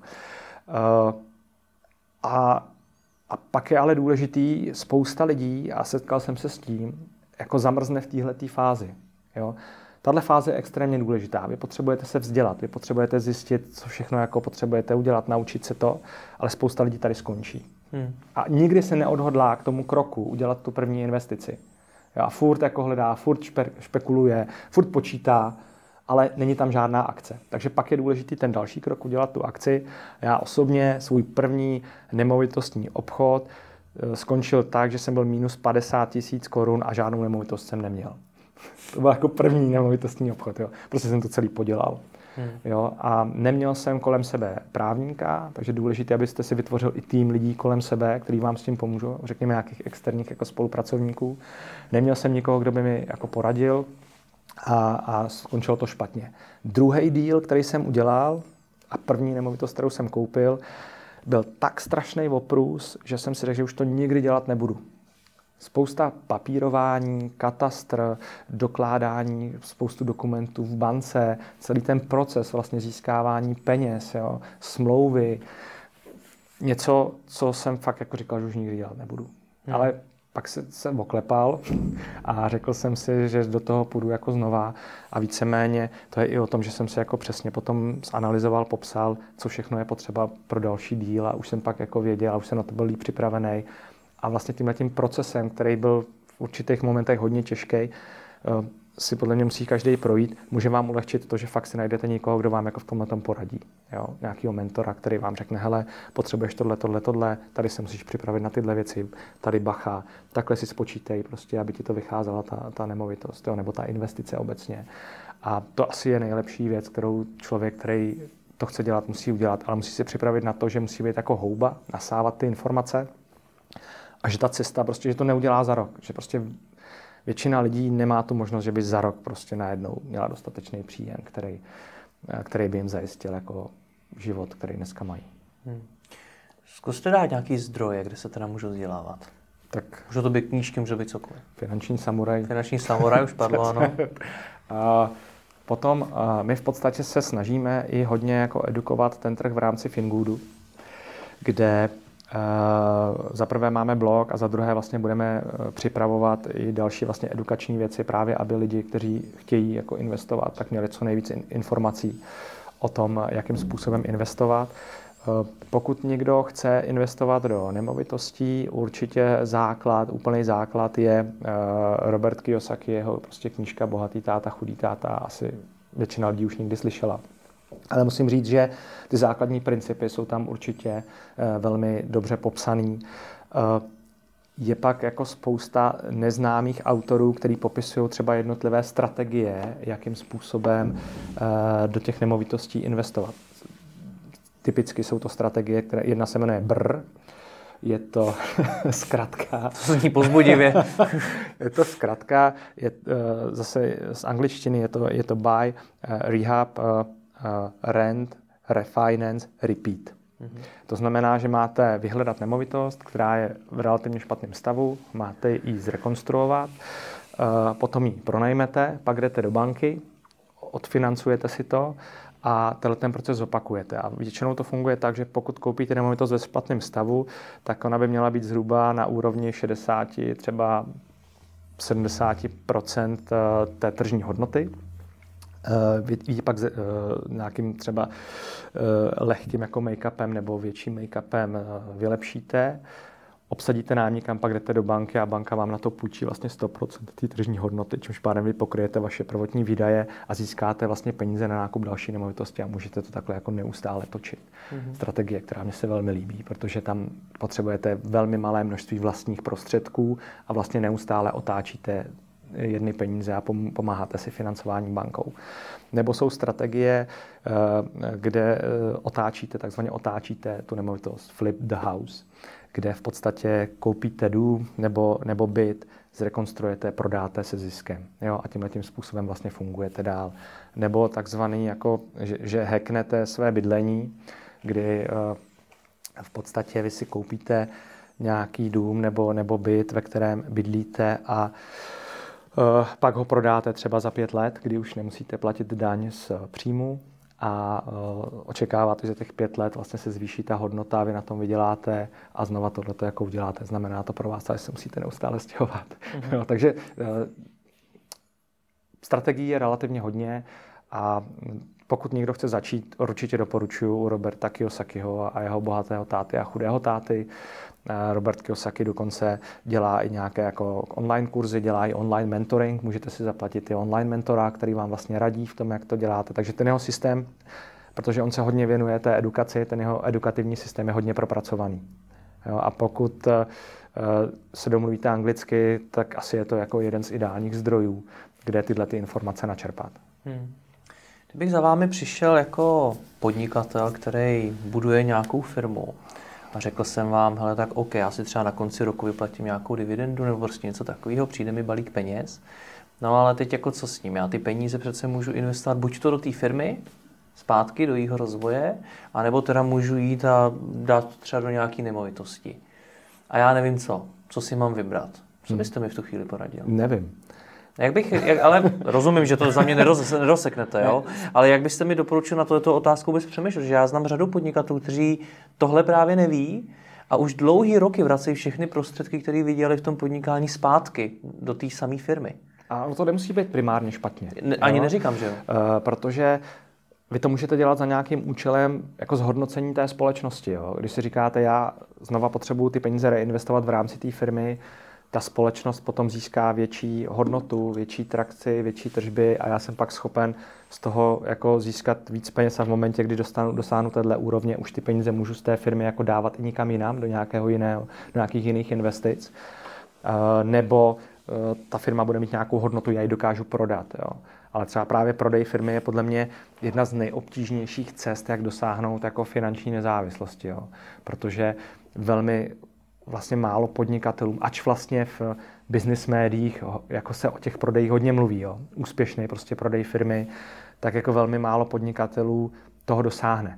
A, a pak je ale důležitý, spousta lidí, a setkal jsem se s tím, jako zamrzne v téhletý fázi. Jo? Tahle fáze je extrémně důležitá. Vy potřebujete se vzdělat, vy potřebujete zjistit, co všechno jako potřebujete udělat, naučit se to, ale spousta lidí tady skončí. Hmm. A nikdy se neodhodlá k tomu kroku udělat tu první investici. A furt jako hledá, furt špe, špekuluje, furt počítá, ale není tam žádná akce. Takže pak je důležitý ten další krok, udělat tu akci. Já osobně svůj první nemovitostní obchod skončil tak, že jsem byl minus padesát tisíc korun a žádnou nemovitost jsem neměl. To byl jako první nemovitostní obchod. Jo. Prostě jsem to celý podělal. Hmm. Jo, a neměl jsem kolem sebe právníka, takže důležité, abyste si vytvořil i tým lidí kolem sebe, který vám s tím pomůžou, řekněme nějakých externích jako spolupracovníků. Neměl jsem nikoho, kdo by mi jako poradil a, a skončilo to špatně. Druhý deal, který jsem udělal a první nemovitost, kterou jsem koupil, byl tak strašný oprůz, že jsem si řekl, že už to nikdy dělat nebudu. Spousta papírování, katastr, dokládání, spoustu dokumentů v bance, celý ten proces vlastně získávání peněz, jo, smlouvy. Něco, co jsem fakt jako říkal, že už nikdy dělat nebudu. Hmm. Ale pak se, jsem oklepal a řekl jsem si, že do toho půjdu jako znova a víceméně to je i o tom, že jsem si jako přesně potom zanalyzoval, popsal, co všechno je potřeba pro další díl a už jsem pak jako věděl a už jsem na to byl líp připravený. A vlastně tímhletím procesem, který byl v určitých momentech hodně těžký, si podle mě musí každý projít, může vám ulehčit to, že fakt si najdete někoho, kdo vám jako v tomhle tom poradí. Jo? Nějakýho mentora, který vám řekne, hele, potřebuješ tohle, tohle, tohle, tady se musíš připravit na tyhle věci, tady bacha, takhle si spočítej, prostě, aby ti to vycházela ta, ta nemovitost, jo? Nebo ta investice obecně. A to asi je nejlepší věc, kterou člověk, který to chce dělat, musí udělat, ale musí se připravit na to, že musí být jako houba, nasávat ty informace a že ta cesta prostě, že to neudělá za rok, že prostě většina lidí nemá tu možnost, že by za rok prostě najednou měla dostatečný příjem, který, který by jim zajistil jako život, který dneska mají. Hmm. Zkuste dát nějaký zdroje, kde se teda můžou vzdělávat. Tak může to být knížky, může být cokoliv. Finanční samuraj. Finanční samuraj už padlo, ano. A potom a my v podstatě se snažíme i hodně jako edukovat ten trh v rámci Fingoodu, kde Uh, za prvé máme blog a za druhé vlastně budeme uh, připravovat i další vlastně edukační věci právě, aby lidi, kteří chtějí jako investovat, tak měli co nejvíc in- informací o tom, jakým způsobem investovat. Uh, pokud někdo chce investovat do nemovitostí, určitě základ, úplný základ je uh, Robert Kiyosaki, jeho prostě knížka Bohatý táta, chudý táta, asi většina lidí už nikdy slyšela. Ale musím říct, že ty základní principy jsou tam určitě velmi dobře popsaný. Je pak jako spousta neznámých autorů, kteří popisují třeba jednotlivé strategie, jakým způsobem do těch nemovitostí investovat. Typicky jsou to strategie, které jedna se jmenuje B R, je to zkratka. To zní povzbudivě. Je to zkratka, je zase z angličtiny je to, je to buy, rehab, Uh, rent, refinance, repeat. Mm-hmm. To znamená, že máte vyhledat nemovitost, která je v relativně špatném stavu, máte ji zrekonstruovat, uh, potom ji pronajmete, pak jdete do banky, odfinancujete si to a tenhle ten proces zopakujete. A většinou to funguje tak, že pokud koupíte nemovitost ve špatném stavu, tak ona by měla být zhruba na úrovni šedesát, třeba sedmdesát procent té tržní hodnoty. Vy, vy pak uh, nějakým třeba uh, lehkým jako make-upem nebo větším make-upem uh, vylepšíte, obsadíte nájemníka, pak jdete do banky a banka vám na to půjčí vlastně sto procent té tržní hodnoty, čímž pádem vy pokryjete vaše prvotní výdaje a získáte vlastně peníze na nákup další nemovitosti a můžete to takhle jako neustále točit. Mm-hmm. Strategie, která mě se velmi líbí, protože tam potřebujete velmi malé množství vlastních prostředků a vlastně neustále otáčíte jedny peníze a pomáháte si financováním bankou. Nebo jsou strategie, kde otáčíte, takzvaně otáčíte tu nemovitost, flip the house, kde v podstatě koupíte dům nebo, nebo byt, zrekonstruujete, prodáte se ziskem. Jo? A tímhle tím způsobem vlastně fungujete dál. Nebo takzvaný, jako, že, že hacknete své bydlení, kdy v podstatě vy si koupíte nějaký dům nebo, nebo byt, ve kterém bydlíte a Uh, pak ho prodáte třeba za pět let, kdy už nemusíte platit daň z příjmu a uh, očekáváte, že těch pět let vlastně se zvýší ta hodnota, vy na tom vyděláte a znova tohleto jako uděláte. Znamená to pro vás, že se musíte neustále stěhovat. Mm-hmm. No, takže uh, strategií je relativně hodně a pokud někdo chce začít, určitě doporučuji Roberta Kiyosakiho a jeho Bohatého táty a chudého táty. Robert Kiyosaki dokonce dělá i nějaké jako online kurzy, dělá i online mentoring, můžete si zaplatit i online mentora, který vám vlastně radí v tom, jak to děláte. Takže ten jeho systém, protože on se hodně věnuje té edukaci, ten jeho edukativní systém je hodně propracovaný. Jo, a pokud uh, se domluvíte anglicky, tak asi je to jako jeden z ideálních zdrojů, kde tyhle ty informace načerpat. Hmm. Kdybych za vámi přišel jako podnikatel, který buduje nějakou firmu, a řekl jsem vám, hele, tak OK, já si třeba na konci roku vyplatím nějakou dividendu nebo prostě něco takového, přijde mi balík peněz. No ale teď jako co s ním? Já ty peníze přece můžu investovat buď to do té firmy, zpátky do jejího rozvoje, anebo teda můžu jít a dát třeba do nějaké nemovitosti. A já nevím co. Co si mám vybrat? Co byste mi v tu chvíli poradil? Nevím. Jak bych, jak, ale rozumím, že to za mě neroz, neroseknete, jo? Ale jak byste mi doporučil na tohleto otázku vůbec přemýšlet? Že já znám řadu podnikatelů, kteří tohle právě neví a už dlouhý roky vracejí všechny prostředky, které vydělali v tom podnikání zpátky do té samé firmy. A to nemusí být primárně špatně. Ne, ani jo? Neříkám, že jo. Uh, protože vy to můžete dělat za nějakým účelem jako zhodnocení té společnosti. Jo? Když si říkáte, já znova potřebuju ty peníze reinvestovat v rámci té firmy, ta společnost potom získá větší hodnotu, větší trakci, větší tržby a já jsem pak schopen z toho jako získat víc peněz a v momentě, kdy dostanu, dosáhnu téhle úrovně, už ty peníze můžu z té firmy jako dávat i nikam jinam, do nějakého jiného, do nějakých jiných investic. Uh, nebo ta firma bude mít nějakou hodnotu, já ji dokážu prodat. Jo. Ale třeba právě prodej firmy je podle mě jedna z nejobtížnějších cest, jak dosáhnout jako finanční nezávislosti. Jo. Protože velmi vlastně málo podnikatelů, ač vlastně v business médiích jako se o těch prodejích hodně mluví, jo. Úspěšný prostě prodej firmy, tak jako velmi málo podnikatelů toho dosáhne.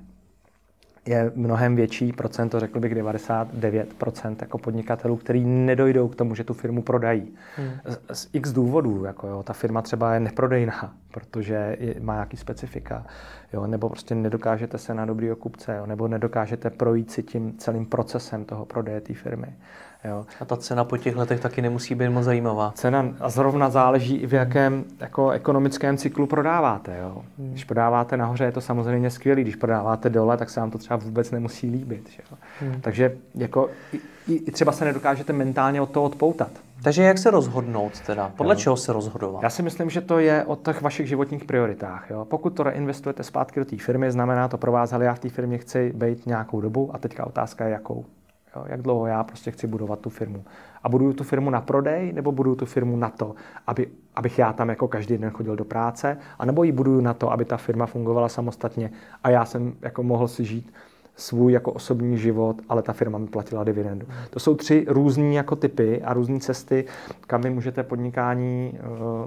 Je mnohem větší procento, řekl bych devadesát devět procent jako podnikatelů, kteří nedojdou k tomu, že tu firmu prodají. Hmm. Z, z x důvodů, jako jo, ta firma třeba je neprodejná, protože je, má nějaký specifika, jo, nebo prostě nedokážete se na dobrýho kupce, jo, nebo nedokážete projít si tím celým procesem toho prodeje té firmy. Jo. A ta cena po těch letech taky nemusí být moc zajímavá. Cena a zrovna záleží i v jakém jako ekonomickém cyklu prodáváte. Jo. Hmm. Když prodáváte nahoře, je to samozřejmě skvělý. Když prodáváte dole, tak se vám to třeba vůbec nemusí líbit. Jo. Hmm. Takže jako i, i třeba se nedokážete mentálně od toho odpoutat. Takže jak se rozhodnout teda? Podle jo. čeho se rozhodovat? Já si myslím, že to je o těch vašich životních prioritách. Jo. Pokud to reinvestujete zpátky do té firmy, znamená to pro vás, ale já v té firmě chci být nějakou dobu a teďka otázka je jakou. Jo, jak dlouho já prostě chci budovat tu firmu. A buduju tu firmu na prodej, nebo buduju tu firmu na to, aby, abych já tam jako každý den chodil do práce, anebo ji buduju na to, aby ta firma fungovala samostatně a já jsem jako mohl si žít svůj jako osobní život, ale ta firma mi platila dividendu. To jsou tři různý jako typy a různé cesty, kam vy můžete podnikání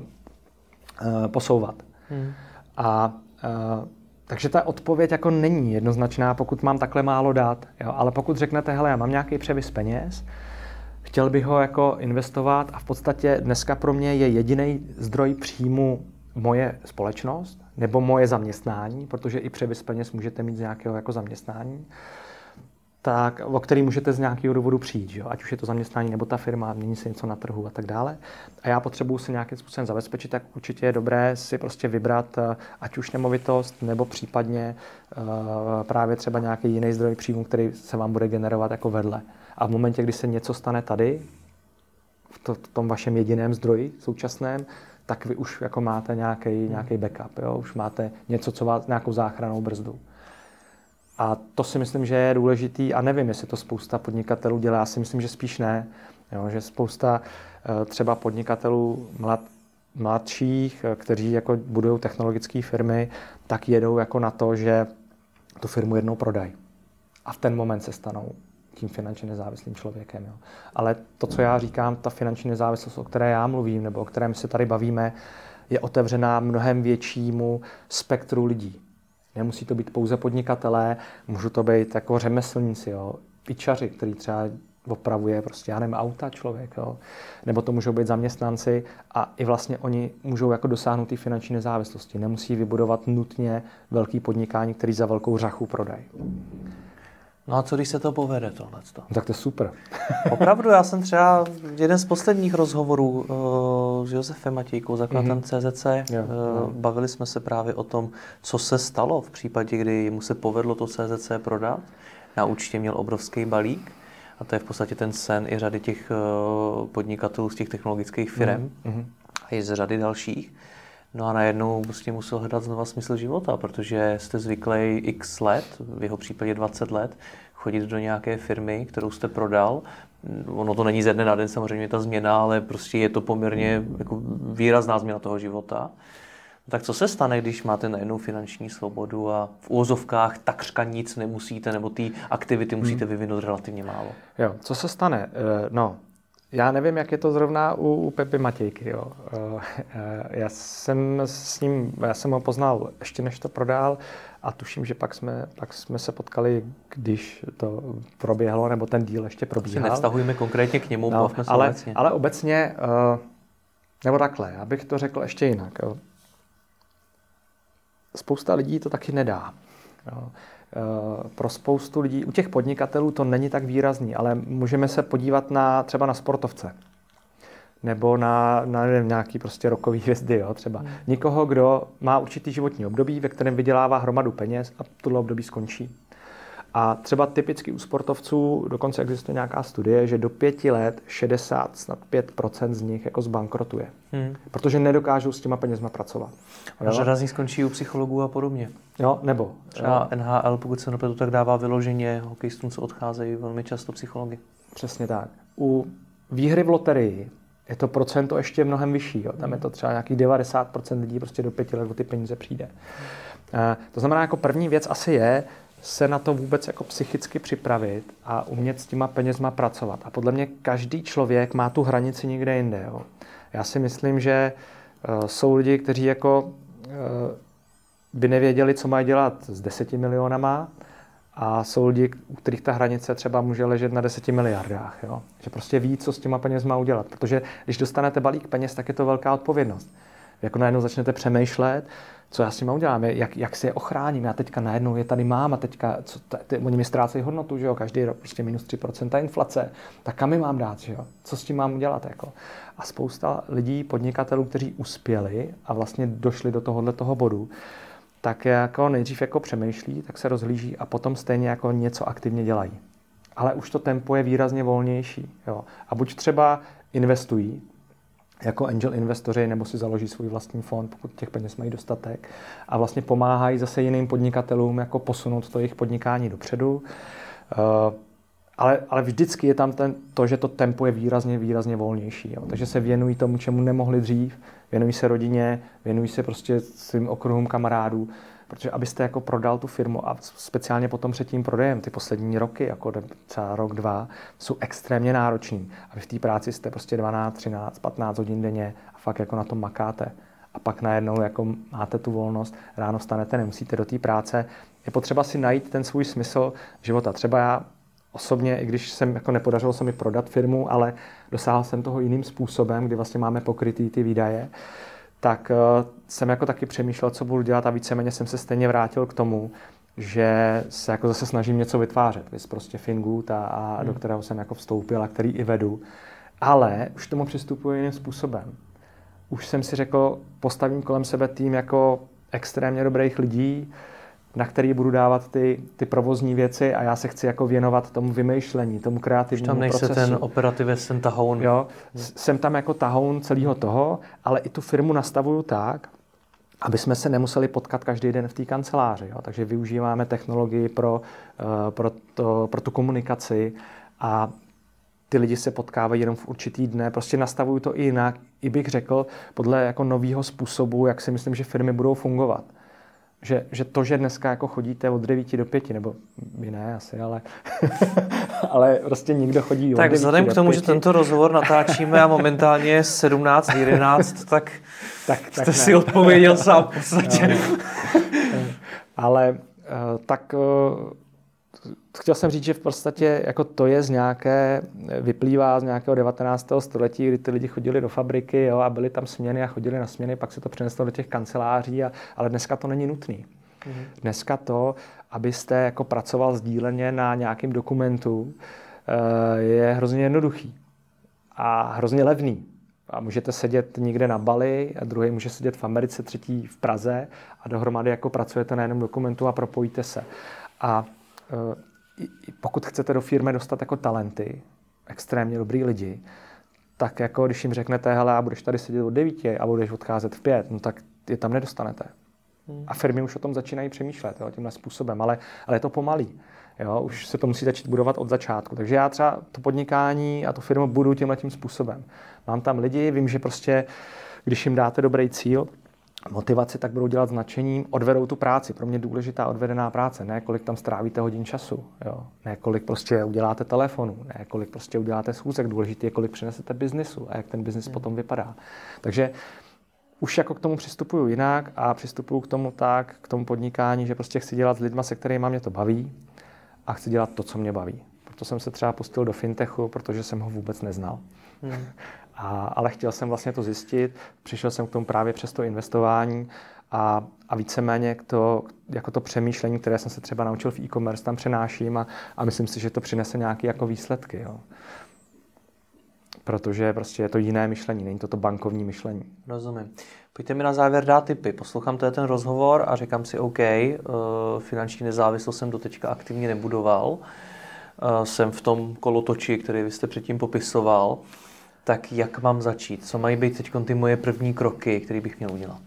uh, uh, posouvat. Hmm. A uh, Takže ta odpověď jako není jednoznačná, pokud mám takhle málo dat. Jo? Ale pokud řeknete, hele, já mám nějaký převis peněz, chtěl bych ho jako investovat a v podstatě dneska pro mě je jediný zdroj příjmu moje společnost nebo moje zaměstnání, protože i převis peněz můžete mít z nějakého jako zaměstnání, tak, o který můžete z nějakého důvodu přijít, jo? Ať už je to zaměstnání nebo ta firma, mění se něco na trhu a tak dále. A já potřebuji se nějakým způsobem zabezpečit, tak určitě je dobré si prostě vybrat ať už nemovitost, nebo případně uh, právě třeba nějaký jiný zdroj příjmu, který se vám bude generovat jako vedle. A v momentě, kdy se něco stane tady, v, to, v tom vašem jediném zdroji současném, tak vy už jako máte nějaký, nějaký backup, jo? Už máte něco, co vás, nějakou záchrannou brzdu. A to si myslím, že je důležitý a nevím, jestli to spousta podnikatelů dělá. Já si myslím, že spíš ne. Jo, že spousta třeba podnikatelů mlad, mladších, kteří jako budují technologické firmy, tak jedou jako na to, že tu firmu jednou prodají. A v ten moment se stanou tím finančně nezávislým člověkem. Jo. Ale to, co já říkám, ta finanční nezávislost, o které já mluvím, nebo o kterém se tady bavíme, je otevřená mnohem většímu spektru lidí. Nemusí to být pouze podnikatelé, můžou to být jako řemeslníci, jo, pičaři, který třeba opravuje prostě, já nevím, auta člověk, jo, nebo to můžou být zaměstnanci a i vlastně oni můžou jako dosáhnout té finanční nezávislosti. Nemusí vybudovat nutně velký podnikání, který za velkou řachu prodají. No a co když se to povede tohleto? No, tak to je super. Opravdu, já jsem třeba jeden z posledních rozhovorů uh, s Josefem Matějkou, zakladatelem mm-hmm. C Z C, jo, uh, bavili jsme se právě o tom, co se stalo v případě, kdy mu se povedlo to C Z C prodat. Na účtě měl obrovský balík a to je v podstatě ten sen i řady těch uh, podnikatelů z těch technologických firm mm-hmm. a i z řady dalších. No a najednou prostě musel hledat znova smysl života, protože jste zvyklý x let, v jeho případě dvacet let, chodit do nějaké firmy, kterou jste prodal. Ono to není ze dne na den samozřejmě ta změna, ale prostě je to poměrně jako výrazná změna toho života. Tak co se stane, když máte najednou finanční svobodu a v úvozovkách takřka nic nemusíte, nebo ty aktivity musíte vyvinout relativně málo? Jo, co se stane? No, já nevím, jak je to zrovna u, u Pepy Matějky. Jo. Já jsem s ním, já jsem ho poznal ještě než to prodal a tuším, že pak jsme, pak jsme se potkali, když to proběhlo, nebo ten díl ještě probíhal. Nevztahujeme konkrétně k němu, no, bavme se ale, obecně. Ale obecně, nebo takhle, já bych to řekl ještě jinak. Jo. Spousta lidí to taky nedá. Jo. Pro spoustu lidí, u těch podnikatelů to není tak výrazný, ale můžeme se podívat na třeba na sportovce. Nebo na, na nevím, nějaký prostě rockový hvězdy, jo, třeba. Hmm. Nikoho, kdo má určitý životní období, ve kterém vydělává hromadu peněz a tohle období skončí. A třeba typicky u sportovců dokonce existuje nějaká studie, že do pěti let šedesát, snad pět procent z nich jako zbankrotuje. Hmm. Protože nedokážou s těma penězma pracovat. A řada z nich skončí u psychologů a podobně. Jo, nebo. Třeba N H L, pokud se nepletu, tak dává vyloženě hokejistům, co odcházejí velmi často psychologi. Přesně tak. U výhry v loterii je to procento ještě mnohem vyšší. Jo. Tam je to třeba nějakých devadesát procent lidí prostě do pěti let o ty peníze přijde. E, to znamená, jako první věc asi je se na to vůbec jako psychicky připravit a umět s těma penězma pracovat. A podle mě každý člověk má tu hranici někde jinde. Jo. Já si myslím, že uh, jsou lidi, kteří jako uh, by nevěděli, co mají dělat s deseti milionama, a jsou lidi, u kterých ta hranice třeba může ležet na deseti miliardách. Jo. Že prostě ví, co s těma penězma udělat. Protože když dostanete balík peněz, tak je to velká odpovědnost. Jako najednou začnete přemýšlet, co já s nimi udělám, jak, jak si je ochráním. Já teďka najednou je tady mám a teďka, co, t- oni mi ztrácejí hodnotu, že jo, každý rok prostě minus tři procenta inflace. Tak kam mi mám dát, že jo? Co s tím mám udělat, jako? A spousta lidí, podnikatelů, kteří uspěli a vlastně došli do tohohle toho bodu, tak jako nejdřív jako přemýšlí, tak se rozhlíží a potom stejně jako něco aktivně dělají. Ale už to tempo je výrazně volnější, jo. A buď třeba investují, jako angel investoři, nebo si založí svůj vlastní fond, pokud těch peněz mají dostatek, a vlastně pomáhají zase jiným podnikatelům jako posunout to jejich podnikání dopředu. Uh, ale, ale vždycky je tam ten, to, že to tempo je výrazně, výrazně volnější. Jo. Takže se věnují tomu, čemu nemohli dřív, věnují se rodině, věnují se prostě svým okruhům kamarádů, protože abyste jako prodal tu firmu a speciálně potom před tím prodejem, ty poslední roky, jako třeba rok, dva, jsou extrémně náročný. A vy v té práci jste prostě dvanáct, třináct, patnáct hodin denně a fakt jako na tom makáte. A pak najednou jako máte tu volnost, ráno vstanete, nemusíte do té práce. Je potřeba si najít ten svůj smysl života. Třeba já osobně, i když jsem jako nepodařilo se mi prodat firmu, ale dosáhl jsem toho jiným způsobem, kdy vlastně máme pokrytý ty výdaje, tak uh, jsem jako taky přemýšlel, co budu dělat, a víceméně jsem se stejně vrátil k tomu, že se jako zase snažím něco vytvářet. Vys prostě Fingood, a, a hmm. do kterého jsem jako vstoupil a který i vedu. Ale už tomu přistupuji jiným způsobem. Už jsem si řekl, postavím kolem sebe tým jako extrémně dobrých lidí, na který budu dávat ty, ty provozní věci, a já se chci jako věnovat tomu vymýšlení, tomu kreativnímu procesu. Už tam nejse ten operativec, ten tahoun. Jo, jsem tam jako tahoun celého toho, ale i tu firmu nastavuju tak, aby jsme se nemuseli potkat každý den v té kanceláři. Jo. Takže využíváme technologii pro, uh, pro, to, pro tu komunikaci a ty lidi se potkávají jenom v určitý dne. Prostě nastavuju to i jinak, i bych řekl, podle jako nového způsobu, jak si myslím, že firmy budou fungovat. Že, že to, že dneska jako chodíte od devíti do pěti, nebo my ne asi, ale, ale prostě nikdo chodí od tak devíti vzhledem k tomu, že tento rozhovor natáčíme a momentálně je sedmnáct jedenáct, tak, tak, tak jste ne. si odpověděl sám v podstatě. Ale tak chtěl jsem říct, že v podstatě jako to je z nějaké, vyplývá z nějakého devatenáctého století, kdy ty lidi chodili do fabriky, jo, a byly tam směny a chodili na směny, pak se to přeneslo do těch kanceláří, a, ale dneska to není nutný. Mhm. Dneska to, abyste jako pracoval sdíleně na nějakém dokumentu, je hrozně jednoduchý a hrozně levný. A můžete sedět někde na Bali, a druhý může sedět v Americe, třetí v Praze, a dohromady jako pracujete na jednom dokumentu a propojíte se. A pokud chcete do firmy dostat jako talenty, extrémně dobrý lidi, tak jako když jim řeknete, hele, a budeš tady sedět od devíti a budeš odcházet v pět, no tak je tam nedostanete. Hmm. A firmy už o tom začínají přemýšlet, jo, tímhle způsobem, ale, ale je to pomalý. Jo, už se to musí začít budovat od začátku. Takže já třeba to podnikání a tu firmu budu tímhletím způsobem. Mám tam lidi, vím, že prostě, když jim dáte dobrý cíl, motivaci, tak budou dělat značením, odvedou tu práci. Pro mě důležitá odvedená práce, ne kolik tam strávíte hodin času, jo? Ne kolik prostě uděláte telefonu, ne kolik prostě uděláte schůzek, důležitý je, kolik přinesete biznisu a jak ten biznis hmm. potom vypadá. Takže už jako k tomu přistupuju jinak a přistupuju k tomu tak, k tomu podnikání, že prostě chci dělat s lidma, se kterými mě to baví, a chci dělat to, co mě baví. Proto jsem se třeba pustil do fintechu, protože jsem ho vůbec neznal. Hmm. A, ale chtěl jsem vlastně to zjistit, přišel jsem k tomu právě přes to investování a, a víceméně k to, jako to přemýšlení, které jsem se třeba naučil v e-commerce, tam přenáším a, a myslím si, že to přinese nějaké jako výsledky. Jo. Protože prostě je to jiné myšlení, není to to bankovní myšlení. Rozumím. Pojďte mi na závěr dát tipy. Poslouchám tady ten rozhovor a říkám si, OK, finanční nezávislost jsem doteďka aktivně nebudoval. Jsem v tom kolotoči, který vy jste předtím popisoval. Tak jak mám začít? Co mají být teď ty moje první kroky, které bych měl udělat?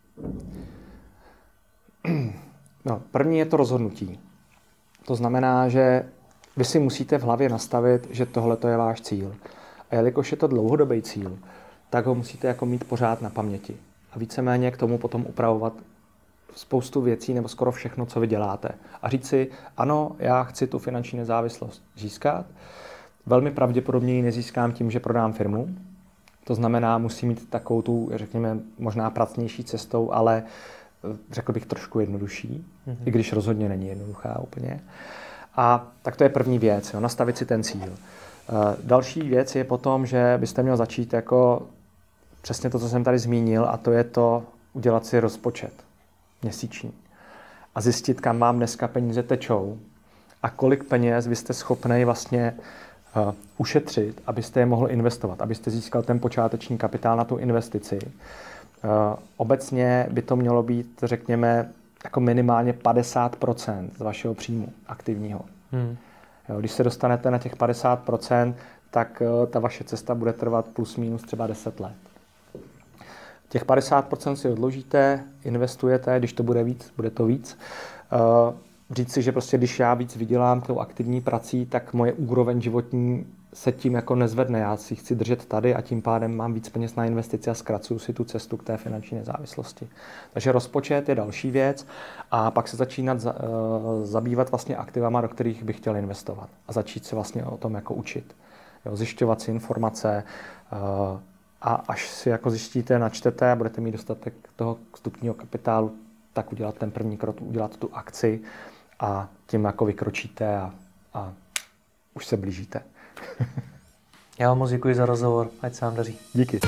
No, první je to rozhodnutí. To znamená, že vy si musíte v hlavě nastavit, že tohle je váš cíl. A jelikož je to dlouhodobý cíl, tak ho musíte jako mít pořád na paměti. A víceméně k tomu potom upravovat spoustu věcí nebo skoro všechno, co vy děláte. A říct si, ano, já chci tu finanční nezávislost získat. Velmi pravděpodobně ji nezískám tím, že prodám firmu. To znamená, musím mít takovou tu, řekněme, možná pracnější cestou, ale řekl bych trošku jednodušší, mm-hmm. i když rozhodně není jednoduchá úplně. A tak to je první věc, jo, nastavit si ten cíl. Další věc je potom, že byste měl začít jako přesně to, co jsem tady zmínil, a to je to udělat si rozpočet měsíční a zjistit, kam vám dneska peníze tečou a kolik peněz vy jste schopný vlastně uh, ušetřit, abyste je mohl investovat, abyste získal ten počáteční kapitál na tu investici. Uh, obecně by to mělo být, řekněme, jako minimálně padesát procent z vašeho příjmu aktivního. Hmm. Jo, když se dostanete na těch padesát procent, tak uh, ta vaše cesta bude trvat plus minus třeba deset let. Těch padesát procent si odložíte, investujete, když to bude víc, bude to víc. Uh, říct si, že prostě když já víc vydělám tou aktivní prací, tak moje úroveň životní se tím jako nezvedne. Já si chci držet tady a tím pádem mám víc peněz na investici a zkracuju si tu cestu k té finanční nezávislosti. Takže rozpočet je další věc a pak se začínat za, uh, zabývat vlastně aktivama, do kterých bych chtěl investovat a začít se vlastně o tom jako učit. Jo, zjišťovat si informace, uh, a až si jako zjistíte, načtete a budete mít dostatek toho vstupního kapitálu, tak udělat ten první krok, udělat tu akci a tím jako vykročíte a, a už se blížíte. Já vám moc děkuji za rozhovor, ať se vám daří. Díky.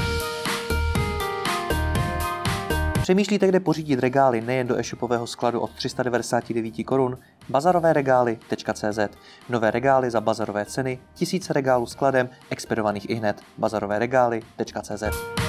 Přemýšlíte, kde pořídit regály nejen do e-shopového skladu od tři sta devadesát devět korun? bazarové regály tečka cé zet. Nové regály za bazarové ceny, tisíce regálů skladem, expedovaných ihned. bazarové regály tečka cé zet.